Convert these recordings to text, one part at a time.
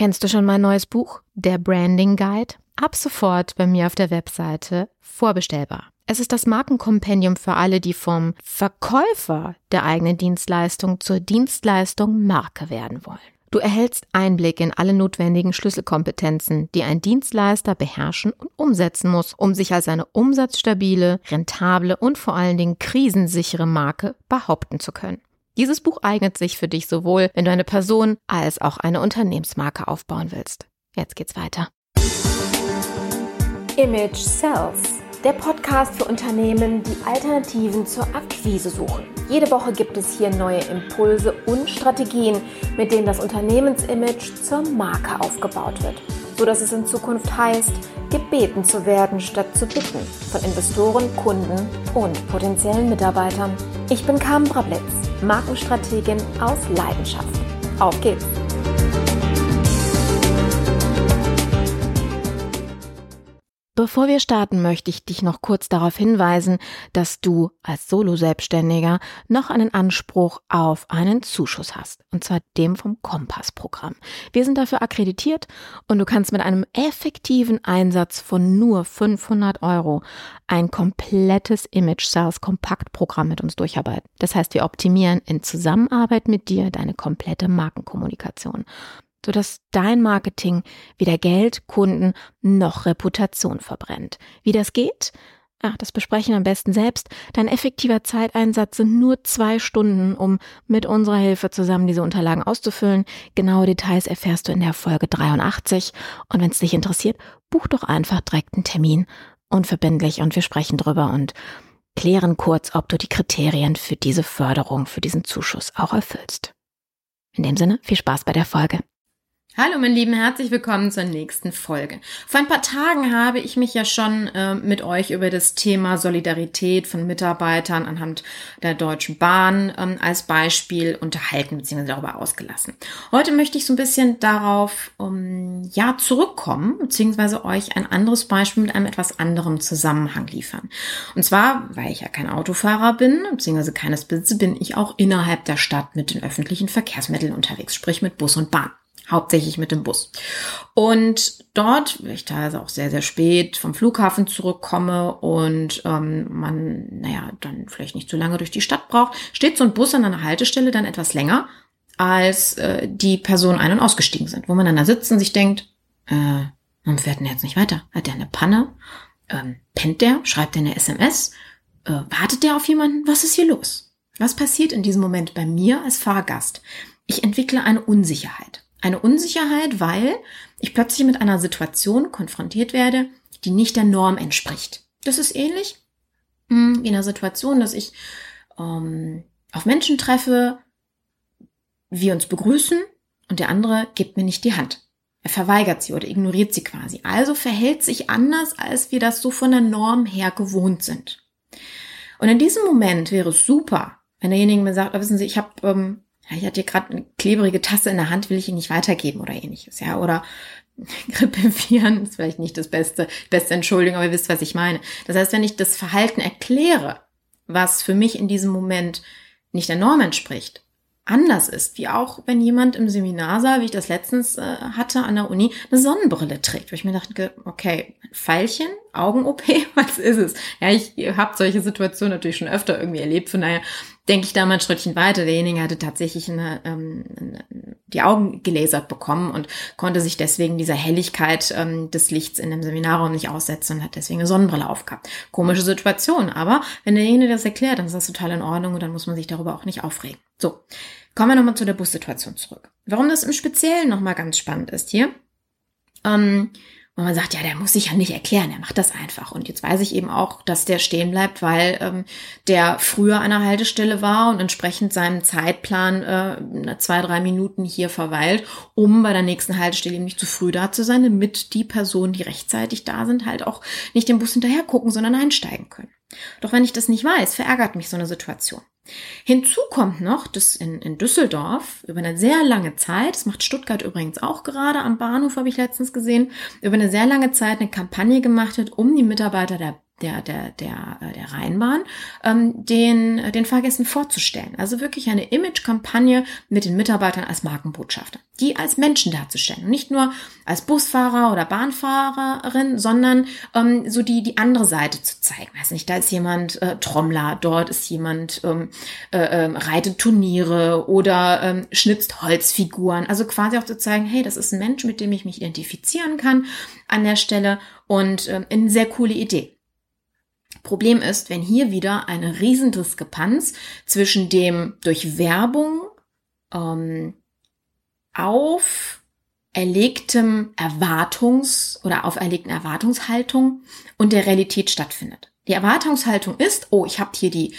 Kennst du schon mein neues Buch, der Branding Guide? Ab sofort bei mir auf der Webseite vorbestellbar. Es ist das Markenkompendium für alle, die vom Verkäufer der eigenen Dienstleistung zur Dienstleistung Marke werden wollen. Du erhältst Einblick in alle notwendigen Schlüsselkompetenzen, die ein Dienstleister beherrschen und umsetzen muss, um sich als eine umsatzstabile, rentable und vor allen Dingen krisensichere Marke behaupten zu können. Dieses Buch eignet sich für dich sowohl, wenn du eine Person als auch eine Unternehmensmarke aufbauen willst. Jetzt geht's weiter. Image Sells, der Podcast für Unternehmen, die Alternativen zur Akquise suchen. Jede Woche gibt es hier neue Impulse und Strategien, mit denen das Unternehmensimage zur Marke aufgebaut wird, sodass es in Zukunft heißt, gebeten zu werden statt zu bitten von Investoren, Kunden und potenziellen Mitarbeitern. Ich bin Carmen Brablitz, Markenstrategin aus Leidenschaft. Auf geht's! Bevor wir starten, möchte ich dich noch kurz darauf hinweisen, dass du als Solo-Selbstständiger noch einen Anspruch auf einen Zuschuss hast, und zwar dem vom Kompass-Programm. Wir sind dafür akkreditiert und du kannst mit einem effektiven Einsatz von nur 500 € ein komplettes Image Sales Kompaktprogramm mit uns durcharbeiten. Das heißt, wir optimieren in Zusammenarbeit mit dir deine komplette Markenkommunikation, sodass dein Marketing weder Geld, Kunden noch Reputation verbrennt. Wie das geht? Das besprechen wir am besten selbst. Dein effektiver Zeiteinsatz sind nur 2 Stunden, um mit unserer Hilfe zusammen diese Unterlagen auszufüllen. Genaue Details erfährst du in der Folge 83. Und wenn es dich interessiert, buch doch einfach direkt einen Termin, unverbindlich, und wir sprechen drüber und klären kurz, ob du die Kriterien für diese Förderung, für diesen Zuschuss auch erfüllst. In dem Sinne, viel Spaß bei der Folge. Hallo meine Lieben, herzlich willkommen zur nächsten Folge. Vor ein paar Tagen habe ich mich ja schon mit euch über das Thema Solidarität von Mitarbeitern anhand der Deutschen Bahn als Beispiel unterhalten bzw. darüber ausgelassen. Heute möchte ich so ein bisschen darauf zurückkommen bzw. euch ein anderes Beispiel mit einem etwas anderem Zusammenhang liefern. Und zwar, weil ich ja kein Autofahrer bin bzw. keines besitze, bin ich auch innerhalb der Stadt mit den öffentlichen Verkehrsmitteln unterwegs, sprich mit Bus und Bahn. Hauptsächlich mit dem Bus. Und dort, weil ich teilweise auch sehr, sehr spät vom Flughafen zurückkomme und dann vielleicht nicht so lange durch die Stadt braucht, steht so ein Bus an einer Haltestelle dann etwas länger, als die Personen ein- und ausgestiegen sind. Wo man dann da sitzt und sich denkt, warum fährt denn jetzt nicht weiter? Hat der eine Panne? Pennt der? Schreibt der eine SMS? Wartet der auf jemanden? Was ist hier los? Was passiert in diesem Moment bei mir als Fahrgast? Ich entwickle eine Unsicherheit. Eine Unsicherheit, weil ich plötzlich mit einer Situation konfrontiert werde, die nicht der Norm entspricht. Das ist ähnlich wie in einer Situation, dass ich auf Menschen treffe, wir uns begrüßen und der andere gibt mir nicht die Hand. Er verweigert sie oder ignoriert sie quasi. Also verhält sich anders, als wir das so von der Norm her gewohnt sind. Und in diesem Moment wäre es super, wenn derjenige mir sagt, wissen Sie, ich hatte hier gerade eine klebrige Tasse in der Hand, will ich Ihnen nicht weitergeben oder ähnliches, ja, oder Grippeviren ist vielleicht nicht das beste Entschuldigung, aber ihr wisst, was ich meine. Das heißt, wenn ich das Verhalten erkläre, was für mich in diesem Moment nicht der Norm entspricht, anders ist, wie auch wenn jemand im Seminarsaal, wie ich das letztens hatte an der Uni, eine Sonnenbrille trägt, wo ich mir dachte, okay, Pfeilchen, Augen-OP, was ist es? Ja, ich habe solche Situationen natürlich schon öfter irgendwie erlebt, von daher denke ich da mal ein Schrittchen weiter. Derjenige hatte tatsächlich die Augen gelasert bekommen und konnte sich deswegen dieser Helligkeit des Lichts in dem Seminarraum nicht aussetzen und hat deswegen eine Sonnenbrille aufgehabt. Komische Situation, aber wenn derjenige das erklärt, dann ist das total in Ordnung und dann muss man sich darüber auch nicht aufregen. So, kommen wir nochmal zu der Bussituation zurück. Warum das im Speziellen nochmal ganz spannend ist hier, wo man sagt, ja, der muss sich ja nicht erklären, der macht das einfach. Und jetzt weiß ich eben auch, dass der stehen bleibt, weil der früher an der Haltestelle war und entsprechend seinem Zeitplan 2-3 Minuten hier verweilt, um bei der nächsten Haltestelle eben nicht zu früh da zu sein, damit die Personen, die rechtzeitig da sind, halt auch nicht den Bus hinterher gucken, sondern einsteigen können. Doch wenn ich das nicht weiß, verärgert mich so eine Situation. Hinzu kommt noch, dass in Düsseldorf über eine sehr lange Zeit, das macht Stuttgart übrigens auch gerade am Bahnhof, habe ich letztens gesehen, über eine sehr lange Zeit eine Kampagne gemacht wird, um die Mitarbeiter der der Rheinbahn, den Fahrgästen vorzustellen. Also wirklich eine Image-Kampagne mit den Mitarbeitern als Markenbotschafter, die als Menschen darzustellen. Und nicht nur als Busfahrer oder Bahnfahrerin, sondern so die andere Seite zu zeigen. Weiß nicht, da ist jemand Trommler, dort ist jemand reitet Turniere oder schnitzt Holzfiguren. Also quasi auch zu zeigen, hey, das ist ein Mensch, mit dem ich mich identifizieren kann an der Stelle und eine sehr coole Idee. Problem ist, wenn hier wieder eine Riesendiskrepanz zwischen dem durch Werbung auferlegten Erwartungshaltung und der Realität stattfindet. Die Erwartungshaltung ist, ich habe hier die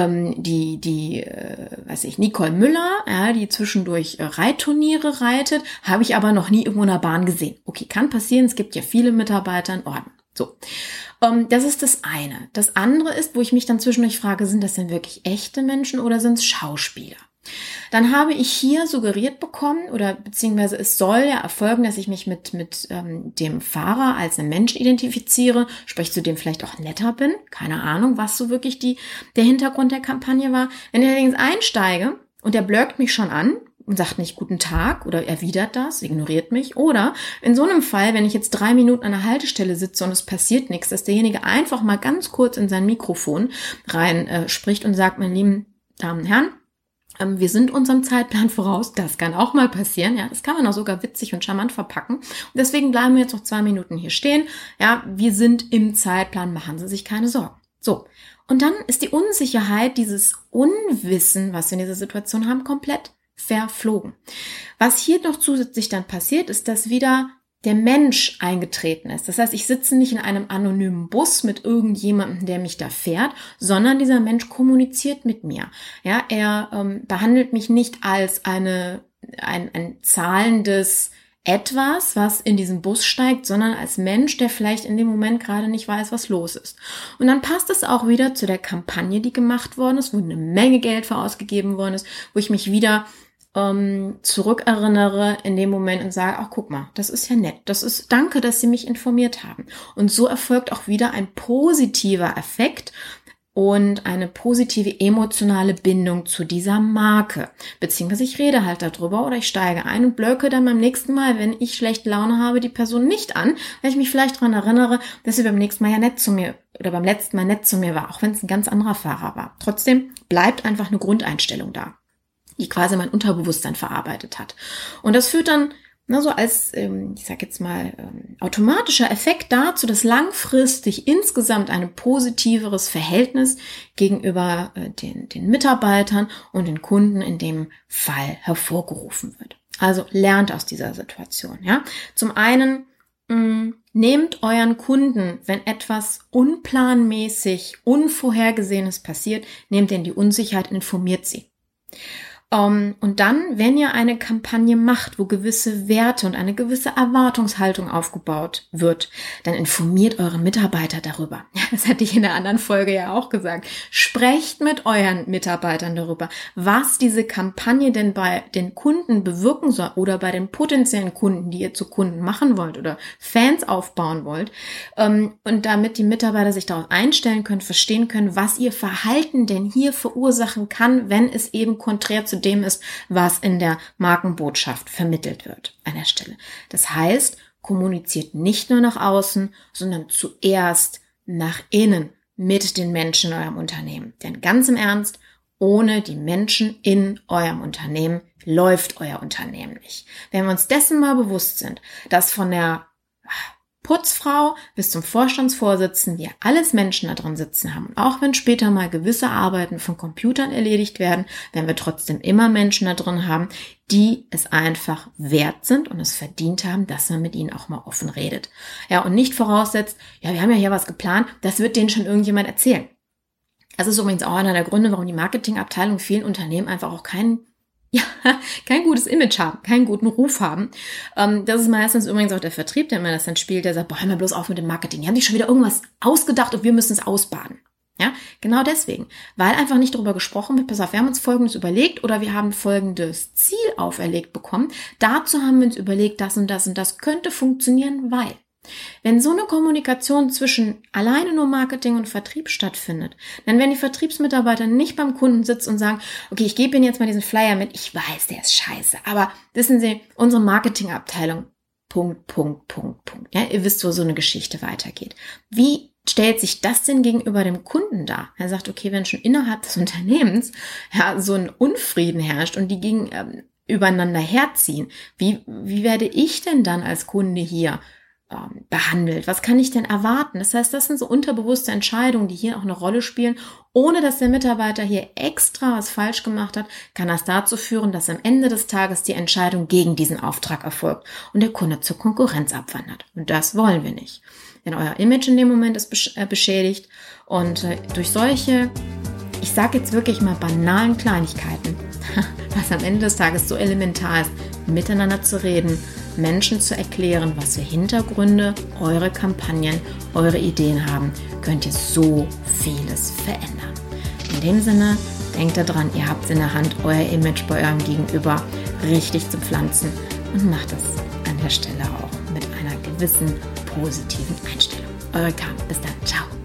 Nicole Müller, ja, die zwischendurch Reitturniere reitet, habe ich aber noch nie irgendwo in der Bahn gesehen. Okay, kann passieren, es gibt ja viele Mitarbeiter in Ordnung. So. Das ist das eine. Das andere ist, wo ich mich dann zwischendurch frage, sind das denn wirklich echte Menschen oder sind es Schauspieler? Dann habe ich hier suggeriert bekommen oder beziehungsweise es soll ja erfolgen, dass ich mich mit dem Fahrer als ein Mensch identifiziere, sprich zu dem vielleicht auch netter bin. Keine Ahnung, was so wirklich der Hintergrund der Kampagne war. Wenn ich allerdings einsteige und der blökt mich schon an und sagt nicht guten Tag oder erwidert das, ignoriert mich. Oder in so einem Fall, wenn ich jetzt 3 Minuten an der Haltestelle sitze und es passiert nichts, dass derjenige einfach mal ganz kurz in sein Mikrofon rein spricht und sagt, meine lieben Damen und Herren, wir sind unserem Zeitplan voraus. Das kann auch mal passieren. Ja, das kann man auch sogar witzig und charmant verpacken. Und deswegen bleiben wir jetzt noch 2 Minuten hier stehen. Ja, wir sind im Zeitplan. Machen Sie sich keine Sorgen. So. Und dann ist die Unsicherheit, dieses Unwissen, was wir in dieser Situation haben, komplett verflogen. Was hier noch zusätzlich dann passiert, ist, dass wieder der Mensch eingetreten ist. Das heißt, ich sitze nicht in einem anonymen Bus mit irgendjemandem, der mich da fährt, sondern dieser Mensch kommuniziert mit mir. Ja, er behandelt mich nicht als ein zahlendes Etwas, was in diesen Bus steigt, sondern als Mensch, der vielleicht in dem Moment gerade nicht weiß, was los ist. Und dann passt es auch wieder zu der Kampagne, die gemacht worden ist, wo eine Menge Geld für ausgegeben worden ist, wo ich mich wieder zurückerinnere in dem Moment und sage, ach guck mal, das ist ja nett, danke, dass Sie mich informiert haben. Und so erfolgt auch wieder ein positiver Effekt und eine positive emotionale Bindung zu dieser Marke. Beziehungsweise ich rede halt darüber oder ich steige ein und blöcke dann beim nächsten Mal, wenn ich schlechte Laune habe, die Person nicht an, weil ich mich vielleicht daran erinnere, dass sie beim nächsten Mal ja nett zu mir oder beim letzten Mal nett zu mir war, auch wenn es ein ganz anderer Fahrer war. Trotzdem bleibt einfach eine Grundeinstellung da, die quasi mein Unterbewusstsein verarbeitet hat. Und das führt dann so als, ich sag jetzt mal, automatischer Effekt dazu, dass langfristig insgesamt ein positiveres Verhältnis gegenüber den Mitarbeitern und den Kunden in dem Fall hervorgerufen wird. Also lernt aus dieser Situation. Ja, zum einen nehmt euren Kunden, wenn etwas unplanmäßig, Unvorhergesehenes passiert, nehmt denen die Unsicherheit und informiert sie. Und dann, wenn ihr eine Kampagne macht, wo gewisse Werte und eine gewisse Erwartungshaltung aufgebaut wird, dann informiert eure Mitarbeiter darüber. Ja, das hatte ich in der anderen Folge ja auch gesagt. Sprecht mit euren Mitarbeitern darüber, was diese Kampagne denn bei den Kunden bewirken soll oder bei den potenziellen Kunden, die ihr zu Kunden machen wollt oder Fans aufbauen wollt. Und damit die Mitarbeiter sich darauf einstellen können, verstehen können, was ihr Verhalten denn hier verursachen kann, wenn es eben konträr zu dem ist, was in der Markenbotschaft vermittelt wird an der Stelle. Das heißt, kommuniziert nicht nur nach außen, sondern zuerst nach innen mit den Menschen in eurem Unternehmen. Denn ganz im Ernst, ohne die Menschen in eurem Unternehmen läuft euer Unternehmen nicht. Wenn wir uns dessen mal bewusst sind, dass von der Putzfrau bis zum Vorstandsvorsitzenden wir alles Menschen da drin sitzen haben. Und auch wenn später mal gewisse Arbeiten von Computern erledigt werden, werden wir trotzdem immer Menschen da drin haben, die es einfach wert sind und es verdient haben, dass man mit ihnen auch mal offen redet. Ja, und nicht voraussetzt, ja, wir haben ja hier was geplant, das wird denen schon irgendjemand erzählen. Das ist übrigens auch einer der Gründe, warum die Marketingabteilung in vielen Unternehmen einfach auch kein gutes Image haben, keinen guten Ruf haben. Das ist meistens übrigens auch der Vertrieb, der immer das dann spielt, der sagt, boah, hör mal bloß auf mit dem Marketing. Die haben sich schon wieder irgendwas ausgedacht und wir müssen es ausbaden. Ja, genau deswegen. Weil einfach nicht darüber gesprochen wird, pass auf, wir haben uns Folgendes überlegt oder wir haben folgendes Ziel auferlegt bekommen. Dazu haben wir uns überlegt, das und das und das könnte funktionieren, weil. Wenn so eine Kommunikation zwischen alleine nur Marketing und Vertrieb stattfindet, dann werden die Vertriebsmitarbeiter nicht beim Kunden sitzen und sagen, okay, ich gebe Ihnen jetzt mal diesen Flyer mit, ich weiß, der ist scheiße, aber wissen Sie, unsere Marketingabteilung, Punkt. Ja, ihr wisst, wo so eine Geschichte weitergeht. Wie stellt sich das denn gegenüber dem Kunden dar? Er sagt, okay, wenn schon innerhalb des Unternehmens so ein Unfrieden herrscht und die übereinander herziehen, wie werde ich denn dann als Kunde hier behandelt? Was kann ich denn erwarten? Das heißt, das sind so unterbewusste Entscheidungen, die hier auch eine Rolle spielen. Ohne dass der Mitarbeiter hier extra was falsch gemacht hat, kann das dazu führen, dass am Ende des Tages die Entscheidung gegen diesen Auftrag erfolgt und der Kunde zur Konkurrenz abwandert. Und das wollen wir nicht. Denn euer Image in dem Moment ist beschädigt und durch solche, ich sage jetzt wirklich mal banalen Kleinigkeiten, was am Ende des Tages so elementar ist, miteinander zu reden, Menschen zu erklären, was für Hintergründe eure Kampagnen, eure Ideen haben, könnt ihr so vieles verändern. In dem Sinne, denkt daran, ihr habt es in der Hand, euer Image bei eurem Gegenüber richtig zu pflanzen und macht das an der Stelle auch mit einer gewissen positiven Einstellung. Eure Carmen, bis dann, ciao.